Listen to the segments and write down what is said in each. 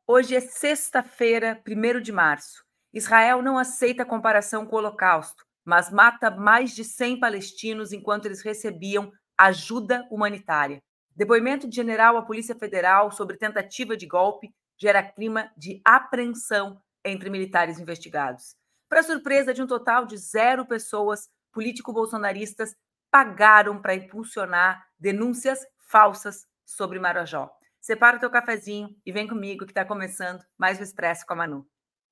Hoje é sexta-feira, 1º de março. Israel não aceita comparação com o Holocausto, mas mata mais de 100 palestinos enquanto eles recebiam ajuda humanitária. Depoimento de general à Polícia Federal sobre tentativa de golpe gera clima de apreensão entre militares investigados. Para surpresa de um total de 0 pessoas, político-bolsonaristas pagaram para impulsionar denúncias falsas sobre Marajó. Separa o teu cafezinho e vem comigo que está começando mais o Expresso com a Manu.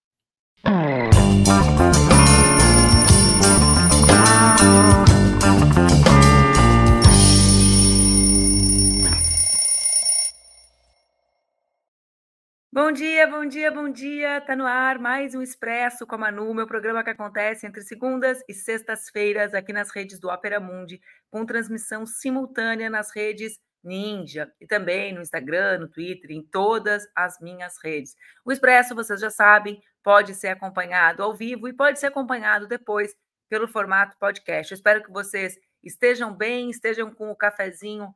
Bom dia, bom dia, bom dia. Tá no ar mais um Expresso com a Manu, meu programa que acontece entre segundas e sextas-feiras aqui nas redes do Opera Mundi, com transmissão simultânea nas redes Ninja e também no Instagram, no Twitter, em todas as minhas redes. O Expresso, vocês já sabem, pode ser acompanhado ao vivo e pode ser acompanhado depois pelo formato podcast. Eu espero que vocês estejam bem, estejam com o cafezinho.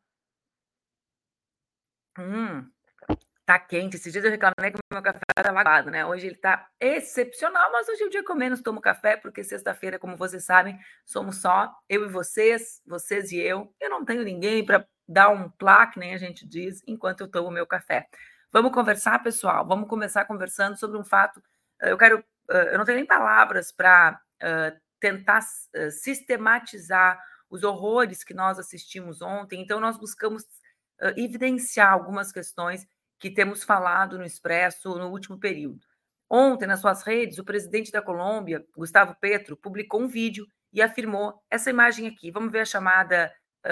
Tá quente. Esses dias eu reclamei que o meu café estava aguado, né? Hoje ele tá excepcional, mas hoje é o dia que eu menos tomo café, porque sexta-feira, como vocês sabem, somos só eu e vocês e eu. Eu não tenho ninguém para dar um plaque, nem a gente diz, enquanto eu tomo o meu café. Vamos conversar, pessoal? Vamos começar conversando sobre um fato. Eu não tenho nem palavras para tentar sistematizar os horrores que nós assistimos ontem, então nós buscamos evidenciar algumas questões que temos falado no Expresso no último período. Ontem, nas suas redes, o presidente da Colômbia, Gustavo Petro, publicou um vídeo e afirmou essa imagem aqui. Vamos ver a chamada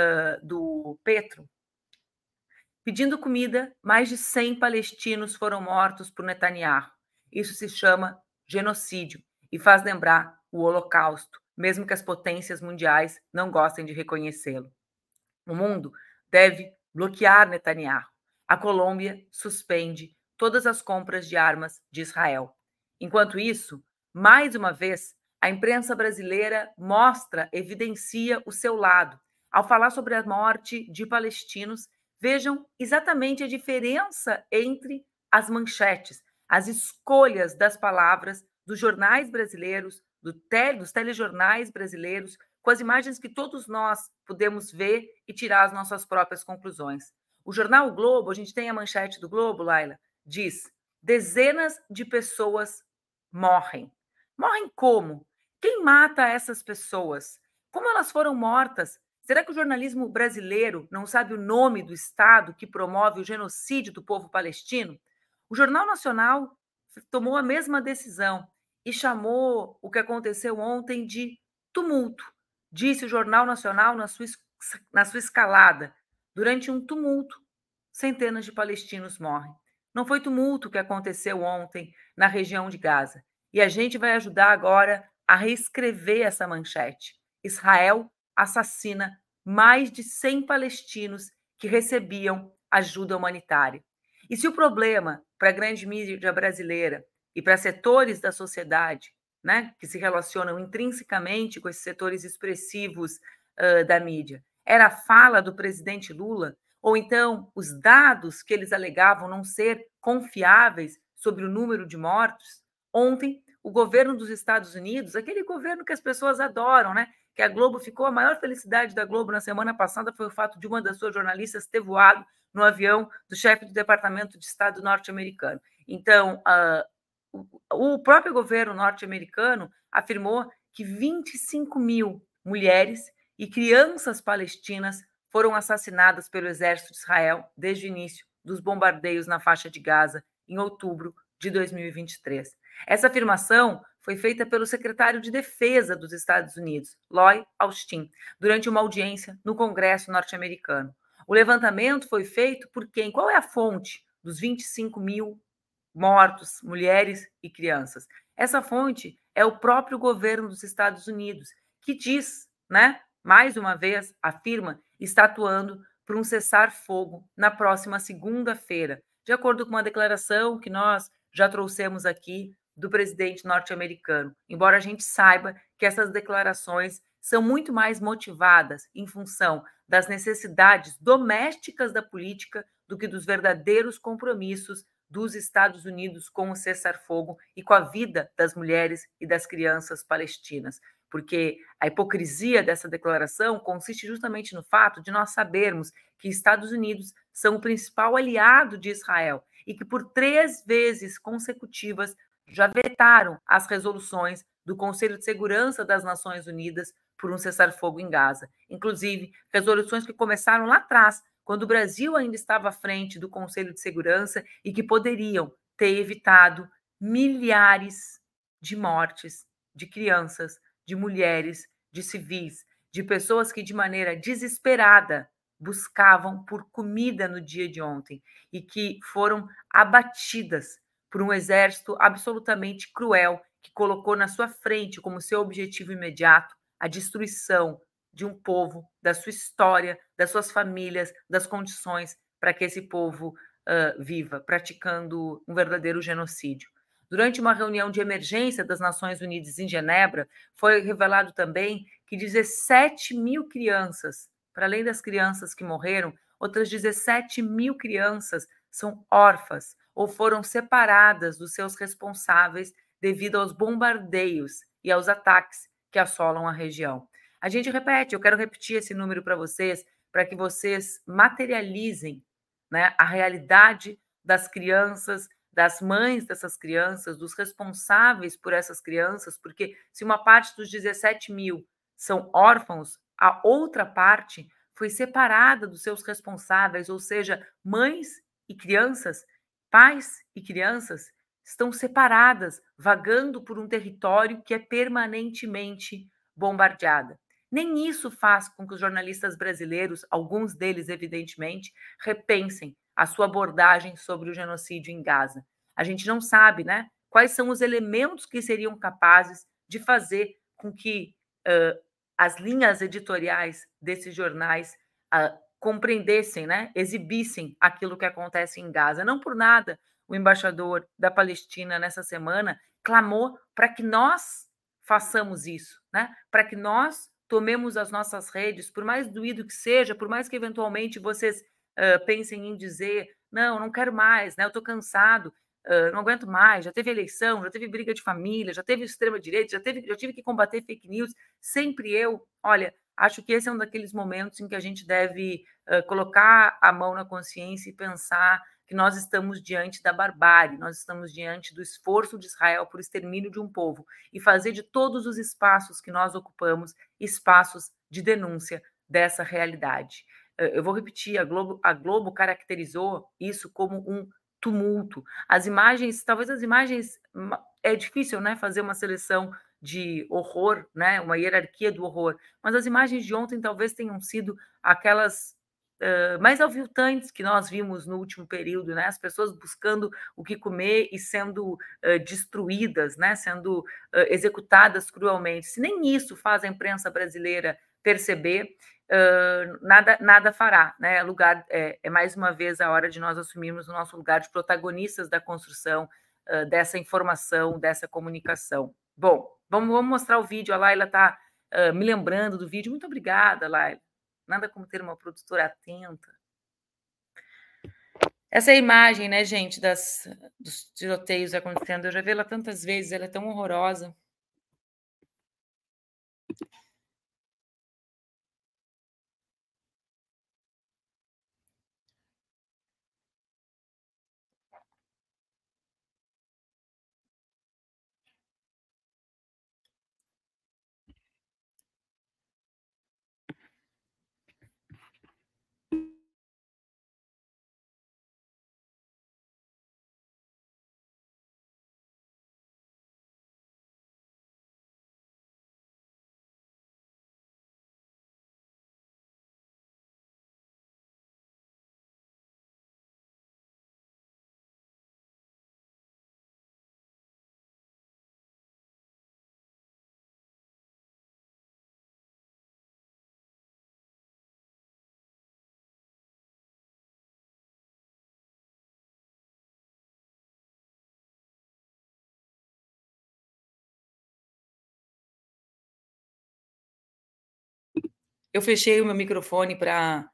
do Petro. Pedindo comida, mais de 100 palestinos foram mortos por Netanyahu. Isso se chama genocídio e faz lembrar o Holocausto, mesmo que as potências mundiais não gostem de reconhecê-lo. O mundo deve bloquear Netanyahu. A Colômbia suspende todas as compras de armas de Israel. Enquanto isso, mais uma vez, a imprensa brasileira evidencia o seu lado. Ao falar sobre a morte de palestinos, vejam exatamente a diferença entre as manchetes, as escolhas das palavras dos jornais brasileiros, dos telejornais brasileiros, com as imagens que todos nós podemos ver e tirar as nossas próprias conclusões. O jornal O Globo, a gente tem a manchete do Globo, Laila, diz: dezenas de pessoas morrem. Morrem como? Quem mata essas pessoas? Como elas foram mortas? Será que o jornalismo brasileiro não sabe o nome do Estado que promove o genocídio do povo palestino? O Jornal Nacional tomou a mesma decisão e chamou o que aconteceu ontem de tumulto. Disse o Jornal Nacional na sua escalada. Durante um tumulto, centenas de palestinos morrem. Não foi tumulto o que aconteceu ontem na região de Gaza. E a gente vai ajudar agora a reescrever essa manchete. Israel assassina mais de 100 palestinos que recebiam ajuda humanitária. E se o problema para a grande mídia brasileira e para setores da sociedade, né, que se relacionam intrinsecamente com esses setores expressivos da mídia, era a fala do presidente Lula, ou então os dados que eles alegavam não ser confiáveis sobre o número de mortos, ontem o governo dos Estados Unidos, aquele governo que as pessoas adoram, né? Que a Globo ficou, a maior felicidade da Globo na semana passada foi o fato de uma das suas jornalistas ter voado no avião do chefe do Departamento de Estado norte-americano. Então, o próprio governo norte-americano afirmou que 25 mil mulheres e crianças palestinas foram assassinadas pelo exército de Israel desde o início dos bombardeios na faixa de Gaza em outubro de 2023. Essa afirmação foi feita pelo secretário de Defesa dos Estados Unidos, Lloyd Austin, durante uma audiência no Congresso norte-americano. O levantamento foi feito por quem? Qual é a fonte dos 25 mil mortos, mulheres e crianças? Essa fonte é o próprio governo dos Estados Unidos, que diz, né, mais uma vez, afirma, está atuando por um cessar-fogo na próxima segunda-feira, de acordo com uma declaração que nós já trouxemos aqui do presidente norte-americano, embora a gente saiba que essas declarações são muito mais motivadas em função das necessidades domésticas da política do que dos verdadeiros compromissos dos Estados Unidos com o cessar-fogo e com a vida das mulheres e das crianças palestinas. Porque a hipocrisia dessa declaração consiste justamente no fato de nós sabermos que Estados Unidos são o principal aliado de Israel e que por 3 vezes consecutivas já vetaram as resoluções do Conselho de Segurança das Nações Unidas por um cessar-fogo em Gaza. Inclusive, resoluções que começaram lá atrás, quando o Brasil ainda estava à frente do Conselho de Segurança e que poderiam ter evitado milhares de mortes de crianças, de mulheres, de civis, de pessoas que de maneira desesperada buscavam por comida no dia de ontem e que foram abatidas por um exército absolutamente cruel que colocou na sua frente como seu objetivo imediato a destruição de um povo, da sua história, das suas famílias, das condições para que esse povo viva, praticando um verdadeiro genocídio. Durante uma reunião de emergência das Nações Unidas em Genebra, foi revelado também que 17 mil crianças, para além das crianças que morreram, outras 17 mil crianças são órfãs ou foram separadas dos seus responsáveis devido aos bombardeios e aos ataques que assolam a região. A gente repete, eu quero repetir esse número para vocês, para que vocês materializem, né, a realidade das crianças, das mães dessas crianças, dos responsáveis por essas crianças, porque se uma parte dos 17 mil são órfãos, a outra parte foi separada dos seus responsáveis, ou seja, mães e crianças, pais e crianças estão separadas, vagando por um território que é permanentemente bombardeada. Nem isso faz com que os jornalistas brasileiros, alguns deles evidentemente, repensem a sua abordagem sobre o genocídio em Gaza. A gente não sabe, né, quais são os elementos que seriam capazes de fazer com que as linhas editoriais desses jornais compreendessem, né, exibissem aquilo que acontece em Gaza. Não por nada o embaixador da Palestina nessa semana clamou para que nós façamos isso, né? Para que nós tomemos as nossas redes, por mais doído que seja, por mais que eventualmente vocês pensem em dizer, não quero mais, né? Eu estou cansado, não aguento mais, já teve eleição, já teve briga de família, já teve extrema-direita, já tive que combater fake news, sempre eu, olha, acho que esse é um daqueles momentos em que a gente deve colocar a mão na consciência e pensar que nós estamos diante da barbárie, nós estamos diante do esforço de Israel por extermínio de um povo e fazer de todos os espaços que nós ocupamos espaços de denúncia dessa realidade. Eu vou repetir, a Globo caracterizou isso como um tumulto. As imagens, talvez as imagens, é difícil, né, fazer uma seleção de horror, né, uma hierarquia do horror, mas as imagens de ontem talvez tenham sido aquelas mais aviltantes que nós vimos no último período, né? As pessoas buscando o que comer e sendo destruídas, né? Sendo executadas cruelmente. Se nem isso faz a imprensa brasileira perceber, nada fará, né? É mais uma vez a hora de nós assumirmos o nosso lugar de protagonistas da construção dessa informação, dessa comunicação. Bom, vamos mostrar o vídeo. A Laila está me lembrando do vídeo. Muito obrigada, Laila. Nada como ter uma produtora atenta. Essa é a imagem, né, gente, dos tiroteios acontecendo. Eu já vi ela tantas vezes, ela é tão horrorosa. Eu fechei o meu microfone para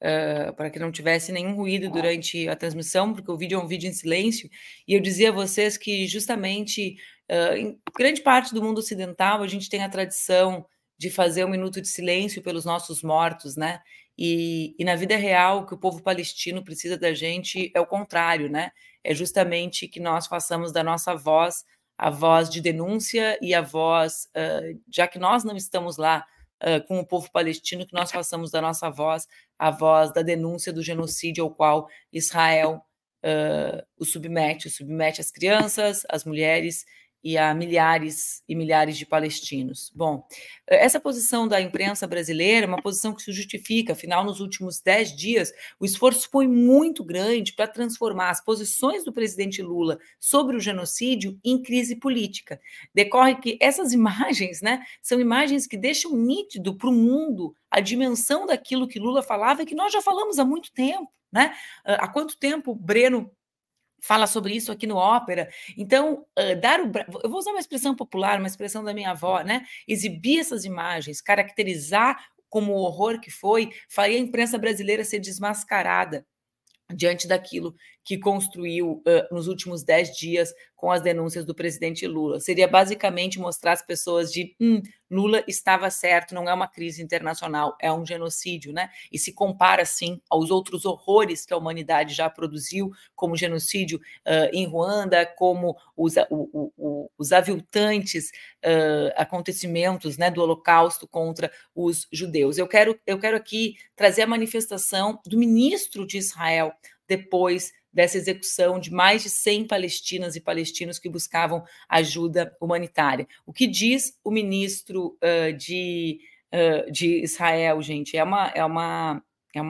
para que não tivesse nenhum ruído durante a transmissão, porque o vídeo é um vídeo em silêncio, e eu dizia a vocês que justamente em grande parte do mundo ocidental a gente tem a tradição de fazer um minuto de silêncio pelos nossos mortos, né? E na vida real, o que o povo palestino precisa da gente é o contrário, né? É justamente que nós façamos da nossa voz a voz de denúncia e a voz, já que nós não estamos lá com o povo palestino, que nós façamos da nossa voz a voz da denúncia do genocídio ao qual Israel o submete as crianças, as mulheres e a milhares e milhares de palestinos. Bom, essa posição da imprensa brasileira é uma posição que se justifica, afinal, nos últimos 10 dias, o esforço foi muito grande para transformar as posições do presidente Lula sobre o genocídio em crise política. Decorre que essas imagens, né, são imagens que deixam nítido para o mundo a dimensão daquilo que Lula falava e que nós já falamos há muito tempo, né? Há quanto tempo Breno fala sobre isso aqui no Ópera. Então, eu vou usar uma expressão popular, uma expressão da minha avó, né? Exibir essas imagens, caracterizar como o horror que foi, faria a imprensa brasileira ser desmascarada diante daquilo que construiu nos últimos 10 dias com as denúncias do presidente Lula. Seria basicamente mostrar às pessoas de Lula estava certo, não é uma crise internacional, é um genocídio, né? E se compara, sim, aos outros horrores que a humanidade já produziu, como o genocídio em Ruanda, como os aviltantes acontecimentos, né, do Holocausto contra os judeus. Eu quero aqui trazer a manifestação do ministro de Israel depois dessa execução de mais de 100 palestinas e palestinos que buscavam ajuda humanitária. O que diz o ministro de Israel, gente? É uma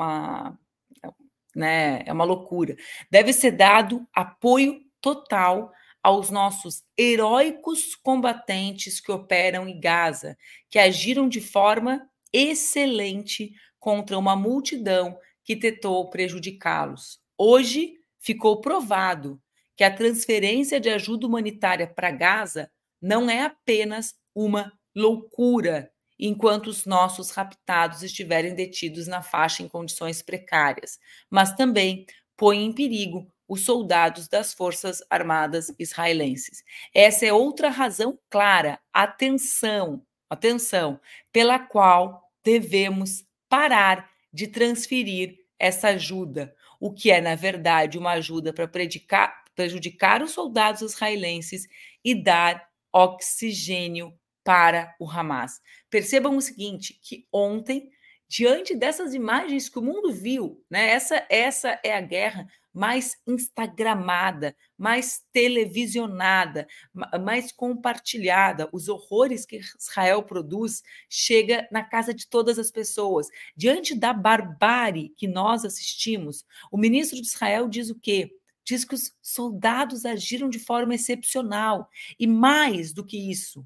loucura. Deve ser dado apoio total aos nossos heróicos combatentes que operam em Gaza, que agiram de forma excelente contra uma multidão que tentou prejudicá-los. Hoje ficou provado que a transferência de ajuda humanitária para Gaza não é apenas uma loucura, enquanto os nossos raptados estiverem detidos na faixa em condições precárias, mas também põe em perigo os soldados das Forças Armadas israelenses. Essa é outra razão clara, atenção, pela qual devemos parar de transferir essa ajuda, o que é, na verdade, uma ajuda para prejudicar os soldados israelenses e dar oxigênio para o Hamas. Percebam o seguinte, que ontem, diante dessas imagens que o mundo viu, né, essa é a guerra mais instagramada, mais televisionada, mais compartilhada. Os horrores que Israel produz chega na casa de todas as pessoas. Diante da barbárie que nós assistimos, o ministro de Israel diz o quê? Diz que os soldados agiram de forma excepcional. E mais do que isso,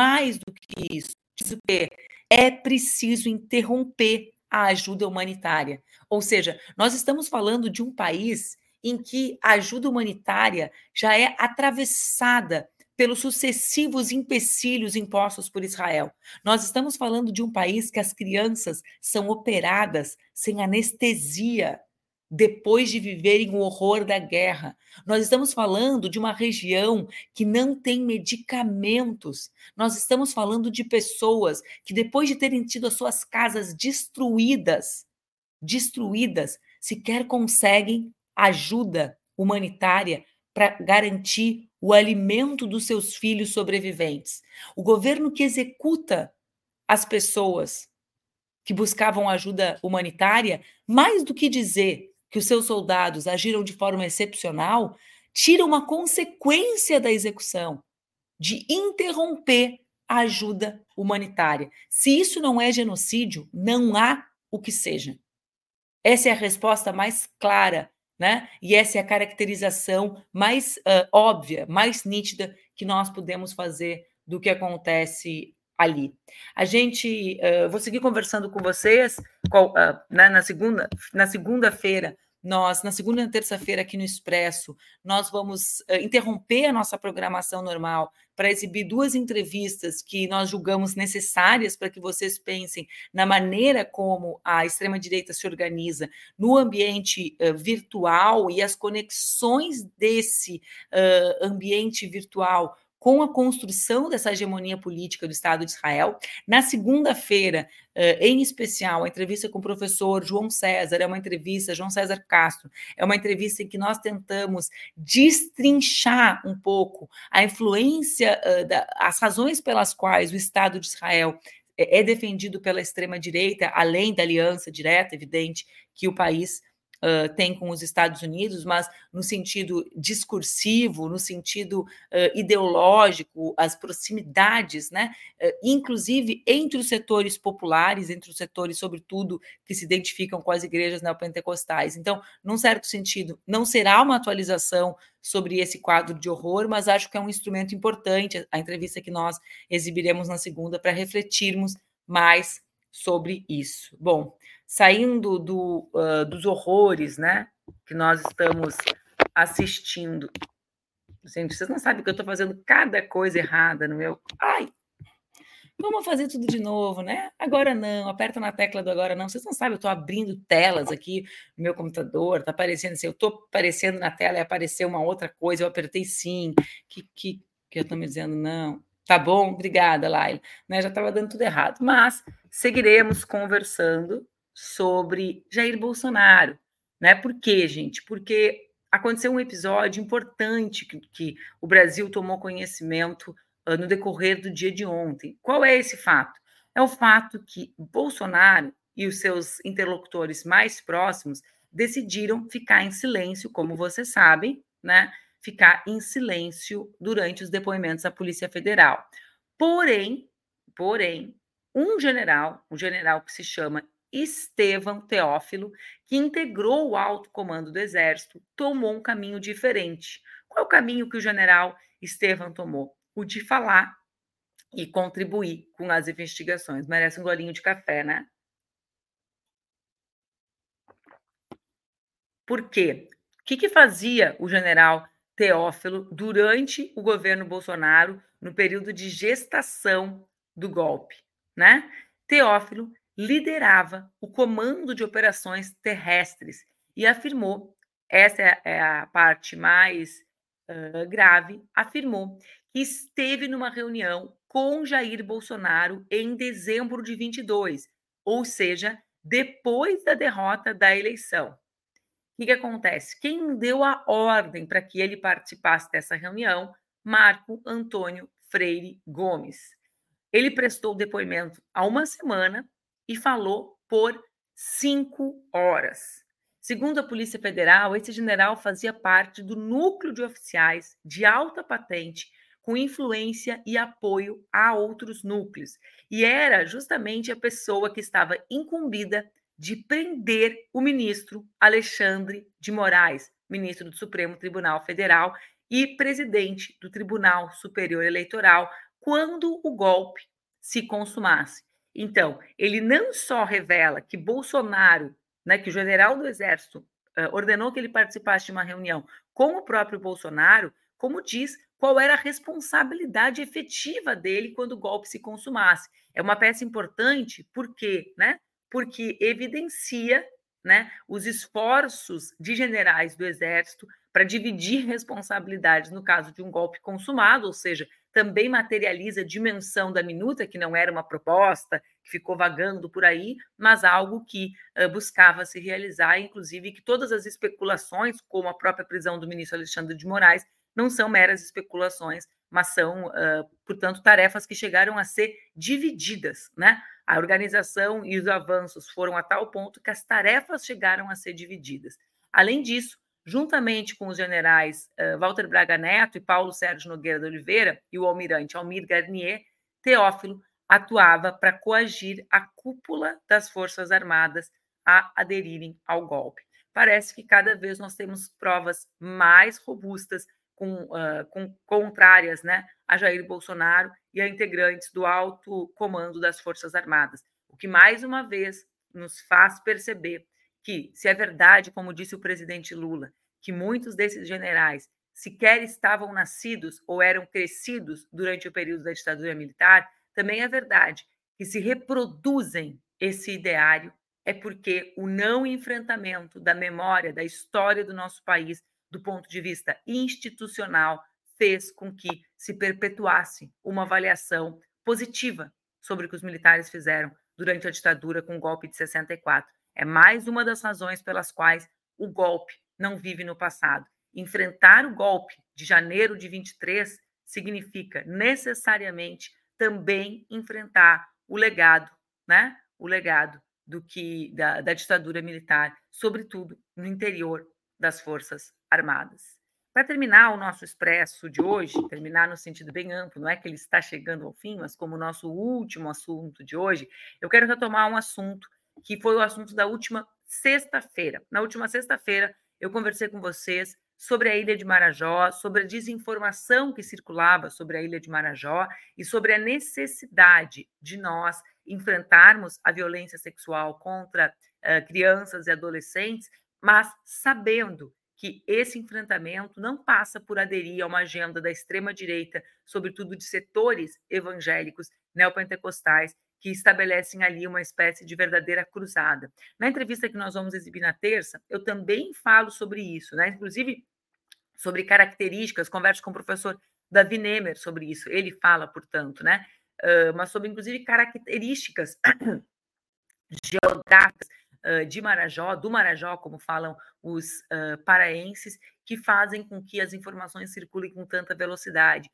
diz o quê? É preciso interromper a ajuda humanitária. Ou seja, nós estamos falando de um país em que a ajuda humanitária já é atravessada pelos sucessivos empecilhos impostos por Israel. Nós estamos falando de um país que as crianças são operadas sem anestesia depois de viverem o horror da guerra. Nós estamos falando de uma região que não tem medicamentos. Nós estamos falando de pessoas que, depois de terem tido as suas casas destruídas, sequer conseguem ajuda humanitária para garantir o alimento dos seus filhos sobreviventes. O governo que executa as pessoas que buscavam ajuda humanitária, mais do que dizer que os seus soldados agiram de forma excepcional, tira uma consequência da execução, de interromper a ajuda humanitária. Se isso não é genocídio, não há o que seja. Essa é a resposta mais clara, né? E essa é a caracterização mais óbvia, mais nítida que nós podemos fazer do que acontece ali. A gente, vou seguir conversando com vocês, né, na segunda-feira nós, na segunda e na terça-feira, aqui no Expresso, nós vamos interromper a nossa programação normal para exibir 2 entrevistas que nós julgamos necessárias para que vocês pensem na maneira como a extrema-direita se organiza no ambiente virtual e as conexões desse ambiente virtual com a construção dessa hegemonia política do Estado de Israel. Na segunda-feira, em especial, a entrevista com o professor João César, João César Castro, é uma entrevista em que nós tentamos destrinchar um pouco a influência, as razões pelas quais o Estado de Israel é defendido pela extrema-direita, além da aliança direta, evidente, que o país tem com os Estados Unidos, mas no sentido discursivo, no sentido ideológico, as proximidades, né? Inclusive entre os setores populares, entre os setores, sobretudo, que se identificam com as igrejas neopentecostais. Então, num certo sentido, não será uma atualização sobre esse quadro de horror, mas acho que é um instrumento importante, a entrevista que nós exibiremos na segunda, para refletirmos mais sobre isso. Bom, saindo dos horrores, né, que nós estamos assistindo. Gente, vocês não sabem que eu estou fazendo cada coisa errada no meu... Ai! Vamos fazer tudo de novo, né? Agora não, aperta na tecla do agora não. Vocês não sabem, eu estou abrindo telas aqui no meu computador, está aparecendo assim, eu estou aparecendo na tela e apareceu uma outra coisa, eu apertei sim, que eu estou me dizendo não. Tá bom, obrigada, Laila. Né, já estava dando tudo errado, mas seguiremos conversando sobre Jair Bolsonaro, né? Por quê, gente? Porque aconteceu um episódio importante que o Brasil tomou conhecimento no decorrer do dia de ontem. Qual é esse fato? É o fato que Bolsonaro e os seus interlocutores mais próximos decidiram ficar em silêncio, como vocês sabem, né? Ficar em silêncio durante os depoimentos à Polícia Federal. Porém, um general que se chama Estevão Teófilo, que integrou o alto comando do Exército, tomou um caminho diferente. Qual é o caminho que o general Estevão tomou? O de falar e contribuir com as investigações. Merece um golinho de café, né? Por quê? O que fazia o general Teófilo durante o governo Bolsonaro, no período de gestação do golpe, né? Teófilo liderava o comando de operações terrestres e afirmou, essa é a parte mais grave, afirmou que esteve numa reunião com Jair Bolsonaro em dezembro de 22, ou seja, depois da derrota da eleição. O que acontece? Quem deu a ordem para que ele participasse dessa reunião? Marco Antônio Freire Gomes. Ele prestou depoimento há uma semana e falou por 5 horas. Segundo a Polícia Federal, esse general fazia parte do núcleo de oficiais de alta patente com influência e apoio a outros núcleos. E era justamente a pessoa que estava incumbida de prender o ministro Alexandre de Moraes, ministro do Supremo Tribunal Federal e presidente do Tribunal Superior Eleitoral, quando o golpe se consumasse. Então, ele não só revela que Bolsonaro, né, que o general do Exército ordenou que ele participasse de uma reunião com o próprio Bolsonaro, como diz qual era a responsabilidade efetiva dele quando o golpe se consumasse. É uma peça importante, por quê? Né? Porque evidencia, né, os esforços de generais do Exército para dividir responsabilidades no caso de um golpe consumado, ou seja, também materializa a dimensão da minuta, que não era uma proposta, que ficou vagando por aí, mas algo que buscava se realizar, inclusive que todas as especulações, como a própria prisão do ministro Alexandre de Moraes, não são meras especulações, mas são, portanto, tarefas que chegaram a ser divididas, né? A organização e os avanços foram a tal ponto que as tarefas chegaram a ser divididas. Além disso, juntamente com os generais Walter Braga Neto e Paulo Sérgio Nogueira de Oliveira e o almirante Almir Garnier, Teófilo atuava para coagir a cúpula das Forças Armadas a aderirem ao golpe. Parece que cada vez nós temos provas mais robustas com contrárias, né, a Jair Bolsonaro e a integrantes do alto comando das Forças Armadas, o que mais uma vez nos faz perceber que, se é verdade, como disse o presidente Lula, que muitos desses generais sequer estavam nascidos ou eram crescidos durante o período da ditadura militar, também é verdade que se reproduzem esse ideário é porque o não enfrentamento da memória, da história do nosso país, do ponto de vista institucional, fez com que se perpetuasse uma avaliação positiva sobre o que os militares fizeram durante a ditadura com o golpe de 64. É mais uma das razões pelas quais o golpe não vive no passado. Enfrentar o golpe de janeiro de 23 significa necessariamente também enfrentar o legado, né? O legado da ditadura militar, sobretudo no interior das Forças Armadas. Para terminar o nosso expresso de hoje, terminar no sentido bem amplo, não é que ele está chegando ao fim, mas como nosso último assunto de hoje, eu quero retomar um assunto que foi o assunto da última sexta-feira. Na última sexta-feira, eu conversei com vocês sobre a ilha de Marajó, sobre a desinformação que circulava sobre a ilha de Marajó e sobre a necessidade de nós enfrentarmos a violência sexual contra crianças e adolescentes, mas sabendo que esse enfrentamento não passa por aderir a uma agenda da extrema-direita, sobretudo de setores evangélicos neopentecostais, que estabelecem ali uma espécie de verdadeira cruzada. Na entrevista que nós vamos exibir na terça, eu também falo sobre isso, né? Inclusive sobre características, converso com o professor Davi Nemer sobre isso, ele fala, portanto, né? Mas sobre, inclusive, características geográficas de Marajó, do Marajó, como falam os paraenses, que fazem com que as informações circulem com tanta velocidade.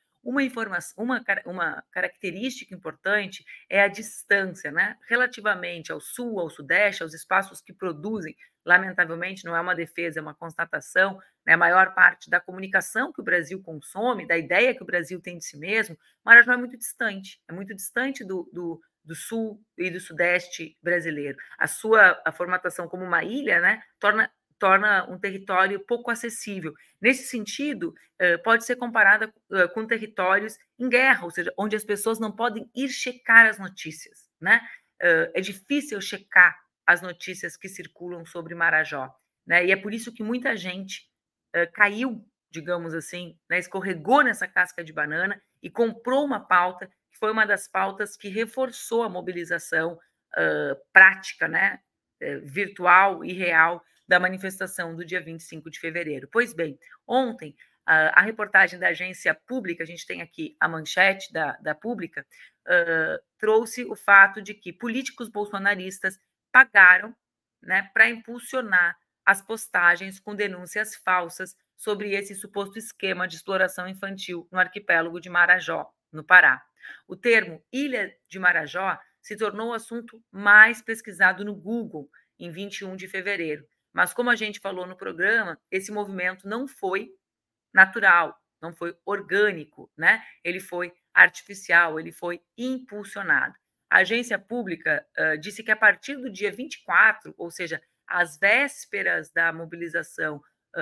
Uma característica importante é a distância, né? Relativamente ao sul, ao sudeste, aos espaços que produzem, lamentavelmente, não é uma defesa, é uma constatação, né? A maior parte da comunicação que o Brasil consome, da ideia que o Brasil tem de si mesmo, Marajó é muito distante do sul e do sudeste brasileiro. A formatação como uma ilha, né, torna um território pouco acessível. Nesse sentido, pode ser comparada com territórios em guerra, ou seja, onde as pessoas não podem ir checar as notícias, né? É difícil checar as notícias que circulam sobre Marajó, né? E é por isso que muita gente caiu, digamos assim, né, escorregou nessa casca de banana e comprou uma pauta que foi uma das pautas que reforçou a mobilização prática, né, virtual e real da manifestação do dia 25 de fevereiro. Pois bem, ontem, a reportagem da agência pública, a gente tem aqui a manchete da pública, trouxe o fato de que políticos bolsonaristas pagaram, né, para impulsionar as postagens com denúncias falsas sobre esse suposto esquema de exploração infantil no arquipélago de Marajó, no Pará. O termo Ilha de Marajó se tornou o assunto mais pesquisado no Google em 21 de fevereiro. Mas, como a gente falou no programa, esse movimento não foi natural, não foi orgânico, né? Ele foi artificial, ele foi impulsionado. A agência pública disse que a partir do dia 24, ou seja, às vésperas da mobilização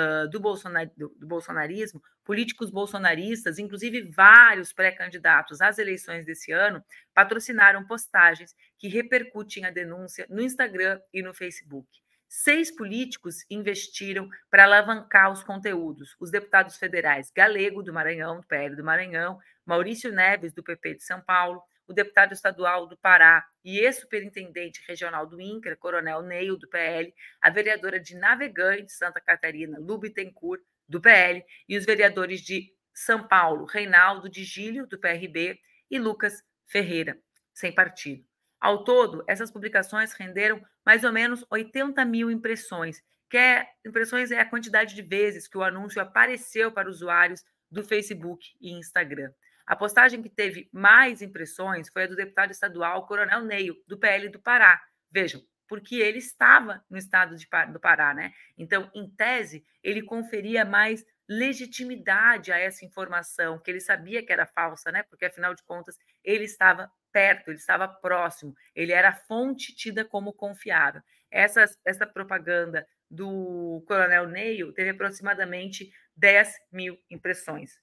do bolsonarismo, políticos bolsonaristas, inclusive vários pré-candidatos às eleições desse ano, patrocinaram postagens que repercutem a denúncia no Instagram e no Facebook. 6 políticos investiram para alavancar os conteúdos. Os deputados federais Galego, do Maranhão, do PL do Maranhão, Maurício Neves, do PP de São Paulo, o deputado estadual do Pará e ex-superintendente regional do INCRA, Coronel Neil, do PL, a vereadora de Navegante, Santa Catarina, Lu Bittencourt, do PL, e os vereadores de São Paulo, Reinaldo de Gílio, do PRB, e Lucas Ferreira, sem partido. Ao todo, essas publicações renderam mais ou menos 80 mil impressões, impressões é a quantidade de vezes que o anúncio apareceu para usuários do Facebook e Instagram. A postagem que teve mais impressões foi a do deputado estadual Coronel Neio, do PL do Pará. Vejam, porque ele estava no estado do Pará, né? Então, em tese, ele conferia mais legitimidade a essa informação, que ele sabia que era falsa, né? Porque, afinal de contas, ele estava perto, ele estava próximo, ele era a fonte tida como confiável. Essa propaganda do Coronel Neio teve aproximadamente 10 mil impressões.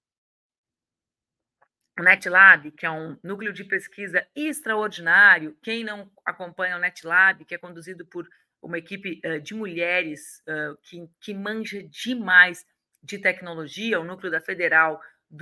O NetLab, que é um núcleo de pesquisa extraordinário, quem não acompanha o NetLab, que é conduzido por uma equipe de mulheres que manja demais de tecnologia, o Núcleo da Federal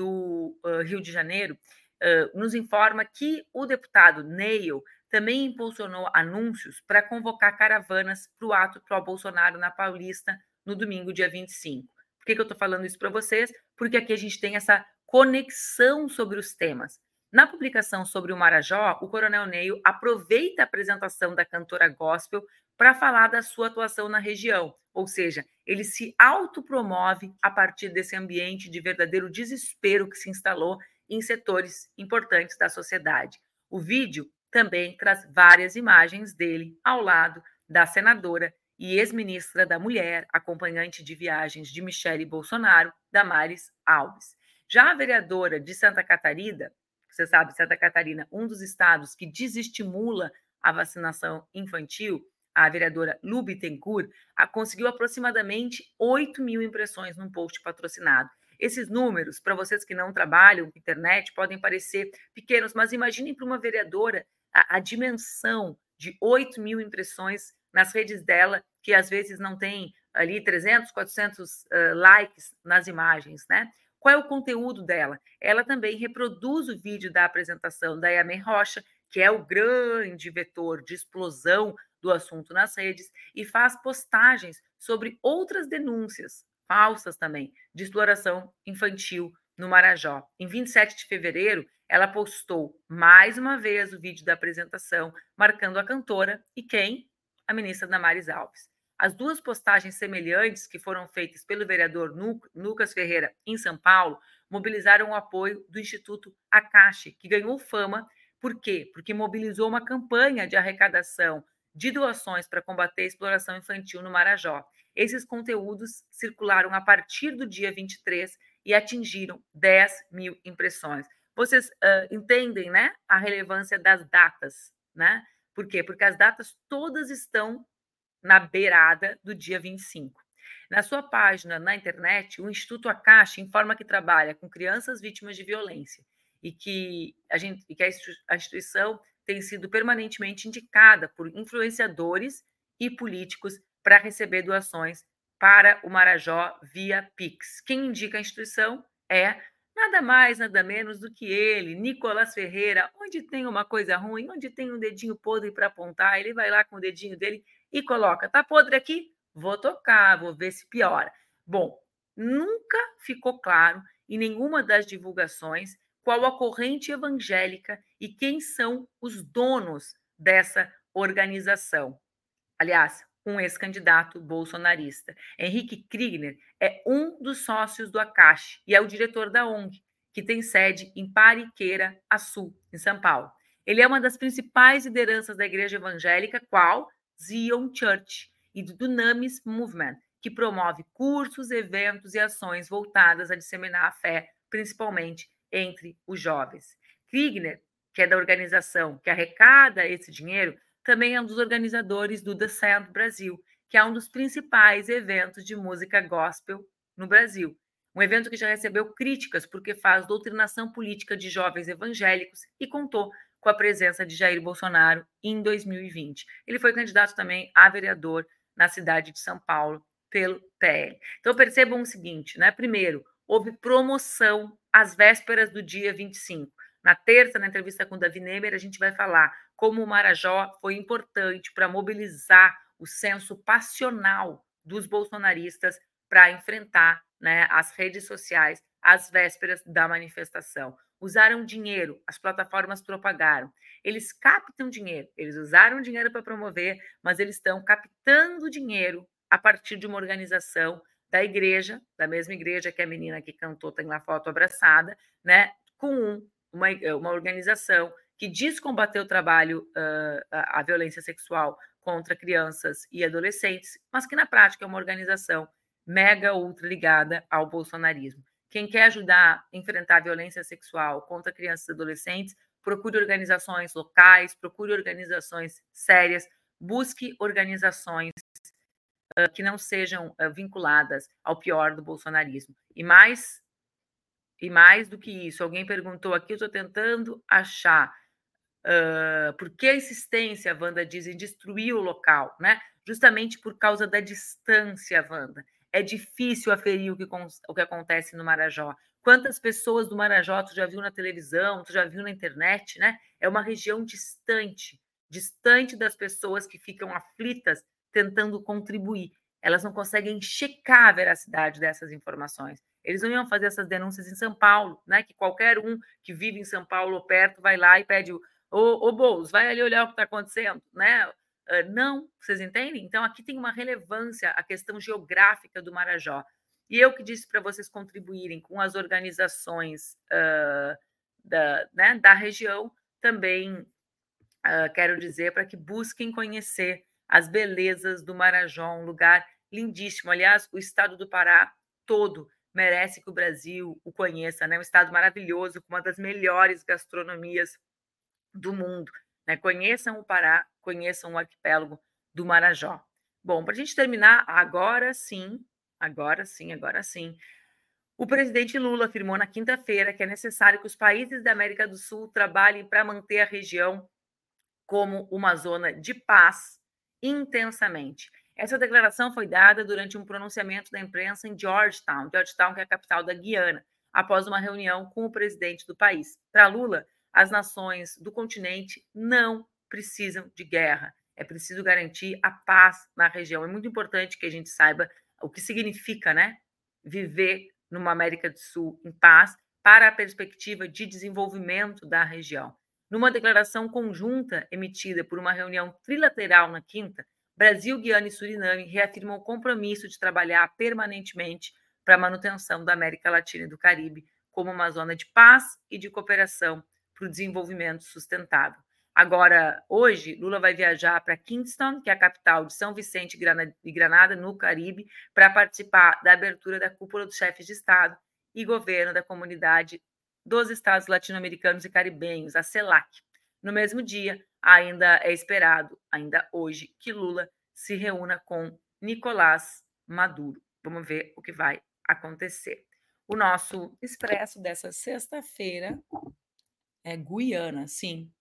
do Rio de Janeiro, nos informa que o deputado Neil também impulsionou anúncios para convocar caravanas para o ato pró-Bolsonaro na Paulista no domingo, dia 25. Por que eu estou falando isso para vocês? Porque aqui a gente tem essa conexão sobre os temas. Na publicação sobre o Marajó, o Coronel Neil aproveita a apresentação da cantora gospel para falar da sua atuação na região, ou seja, ele se autopromove a partir desse ambiente de verdadeiro desespero que se instalou em setores importantes da sociedade. O vídeo também traz várias imagens dele ao lado da senadora e ex-ministra da Mulher, acompanhante de viagens de Michele Bolsonaro, Damares Alves. Já a vereadora de Santa Catarina, você sabe, Santa Catarina, um dos estados que desestimula a vacinação infantil, a vereadora Lu Bittencourt, conseguiu aproximadamente 8 mil impressões num post patrocinado. Esses números, para vocês que não trabalham com internet, podem parecer pequenos, mas imaginem para uma vereadora a dimensão de 8 mil impressões nas redes dela, que às vezes não tem ali 300, 400 likes nas imagens, né? Qual é o conteúdo dela? Ela também reproduz o vídeo da apresentação da Yamê Rocha, que é o grande vetor de explosão do assunto nas redes, e faz postagens sobre outras denúncias falsas também de exploração infantil no Marajó. Em 27 de fevereiro, ela postou mais uma vez o vídeo da apresentação, marcando a cantora e quem? A ministra Damares Alves. As duas postagens semelhantes que foram feitas pelo vereador Lucas Ferreira em São Paulo mobilizaram o apoio do Instituto Akashi, que ganhou fama. Por quê? Porque mobilizou uma campanha de arrecadação de doações para combater a exploração infantil no Marajó. Esses conteúdos circularam a partir do dia 23 e atingiram 10 mil impressões. Vocês entendem, né, a relevância das datas, né? Por quê? Porque as datas todas estão na beirada do dia 25. Na sua página na internet, o Instituto Akashi informa que trabalha com crianças vítimas de violência e que a instituição tem sido permanentemente indicada por influenciadores e políticos para receber doações para o Marajó via Pix. Quem indica a instituição é nada mais, nada menos do que ele, Nicolás Ferreira. Onde tem uma coisa ruim, onde tem um dedinho podre para apontar, ele vai lá com o dedinho dele e coloca, tá podre aqui? Vou tocar, vou ver se piora. Bom, nunca ficou claro em nenhuma das divulgações qual a corrente evangélica e quem são os donos dessa organização. Aliás, um ex-candidato bolsonarista. Henrique Kriegner é um dos sócios do Akashi e é o diretor da ONG, que tem sede em Pariqueira Açu, em São Paulo. Ele é uma das principais lideranças da igreja evangélica, qual Zion Church, e do Dunamis Movement, que promove cursos, eventos e ações voltadas a disseminar a fé, principalmente entre os jovens. Kriegner, que é da organização que arrecada esse dinheiro, também é um dos organizadores do The Sound Brasil, que é um dos principais eventos de música gospel no Brasil. Um evento que já recebeu críticas porque faz doutrinação política de jovens evangélicos e contou com a presença de Jair Bolsonaro em 2020. Ele foi candidato também a vereador na cidade de São Paulo pelo PL. Então percebam o seguinte, né? Primeiro, houve promoção às vésperas do dia 25. Na terça, na entrevista com o Davi Nemer, a gente vai falar como o Marajó foi importante para mobilizar o senso passional dos bolsonaristas para enfrentar, né, as redes sociais às vésperas da manifestação. Usaram dinheiro, as plataformas propagaram. Eles captam dinheiro, eles usaram dinheiro para promover, mas eles estão captando dinheiro a partir de uma organização da igreja, da mesma igreja que a menina que cantou tem lá foto abraçada, né, com uma organização que diz combater o trabalho, a violência sexual contra crianças e adolescentes, mas que na prática é uma organização mega ultra ligada ao bolsonarismo. Quem quer ajudar a enfrentar a violência sexual contra crianças e adolescentes, procure organizações locais, procure organizações sérias, busque organizações que não sejam vinculadas ao pior do bolsonarismo. E mais do que isso, alguém perguntou aqui, eu estou tentando achar por que a insistência, a Wanda diz, em destruir o local, né? justamente por causa da distância, Wanda. É difícil aferir o que acontece no Marajó. Quantas pessoas do Marajó tu já viu na televisão, tu já viu na internet, né? É uma região distante das pessoas que ficam aflitas tentando contribuir. Elas não conseguem checar a veracidade dessas informações. Eles não iam fazer essas denúncias em São Paulo, né? Que qualquer um que vive em São Paulo ou perto vai lá e pede ô Boulos, vai ali olhar o que está acontecendo, né? Não, vocês entendem? Então, aqui tem uma relevância a questão geográfica do Marajó. E eu que disse para vocês contribuírem com as organizações da região, também quero dizer para que busquem conhecer as belezas do Marajó, um lugar lindíssimo. Aliás, o estado do Pará todo merece que o Brasil o conheça, né? Um estado maravilhoso, com uma das melhores gastronomias do mundo. Né? Conheçam o Pará, conheçam o arquipélago do Marajó. Bom, para a gente terminar, agora sim, o presidente Lula afirmou na quinta-feira que é necessário que os países da América do Sul trabalhem para manter a região como uma zona de paz intensamente. Essa declaração foi dada durante um pronunciamento da imprensa em Georgetown, que é a capital da Guiana, após uma reunião com o presidente do país. Para Lula, as nações do continente não precisam de guerra. É preciso garantir a paz na região. É muito importante que a gente saiba o que significa, né, viver numa América do Sul em paz para a perspectiva de desenvolvimento da região. Numa declaração conjunta emitida por uma reunião trilateral na quinta, Brasil, Guiana e Suriname reafirmam o compromisso de trabalhar permanentemente para a manutenção da América Latina e do Caribe como uma zona de paz e de cooperação para o desenvolvimento sustentável. Agora, hoje, Lula vai viajar para Kingston, que é a capital de São Vicente e Granada, no Caribe, para participar da abertura da cúpula dos chefes de Estado e governo da Comunidade dos Estados Latino-Americanos e Caribenhos, a CELAC. No mesmo dia, ainda é esperado, ainda hoje, que Lula se reúna com Nicolás Maduro. Vamos ver o que vai acontecer. O nosso expresso dessa sexta-feira é Guiana, sim.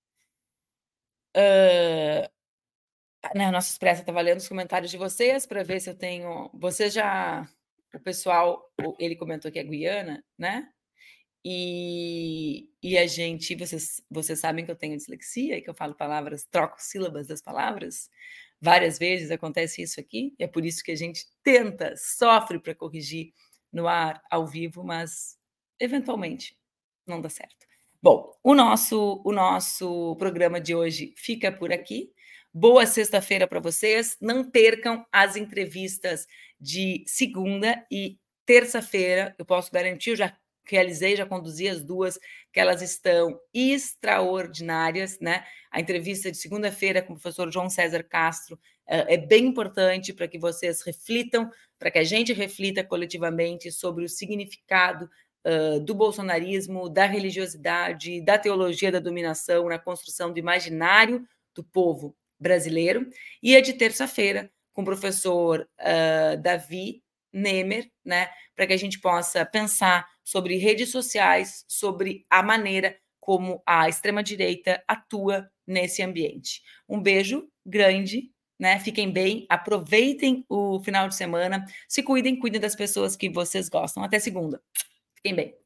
Nosso expresso estava lendo os comentários de vocês para ver se eu tenho. Você já. O pessoal, ele comentou que é Guiana, né? E a gente, vocês sabem que eu tenho dislexia e que eu falo palavras, troco sílabas das palavras. Várias vezes acontece isso aqui, e é por isso que a gente tenta, sofre para corrigir no ar, ao vivo, mas eventualmente não dá certo. Bom, o nosso programa de hoje fica por aqui. Boa sexta-feira para vocês. Não percam as entrevistas de segunda e terça-feira. Eu posso garantir, eu já realizei, já conduzi as duas, que elas estão extraordinárias, né? A entrevista de segunda-feira com o professor João César Castro é bem importante para que vocês reflitam, para que a gente reflita coletivamente sobre o significado do bolsonarismo, da religiosidade, da teologia da dominação na construção do imaginário do povo brasileiro. E a de terça-feira com o professor Davi Nemer, né, para que a gente possa pensar sobre redes sociais, sobre a maneira como a extrema-direita atua nesse ambiente. Um beijo grande, né? Fiquem bem, aproveitem o final de semana, se cuidem das pessoas que vocês gostam. Até segunda. Fiquem bem.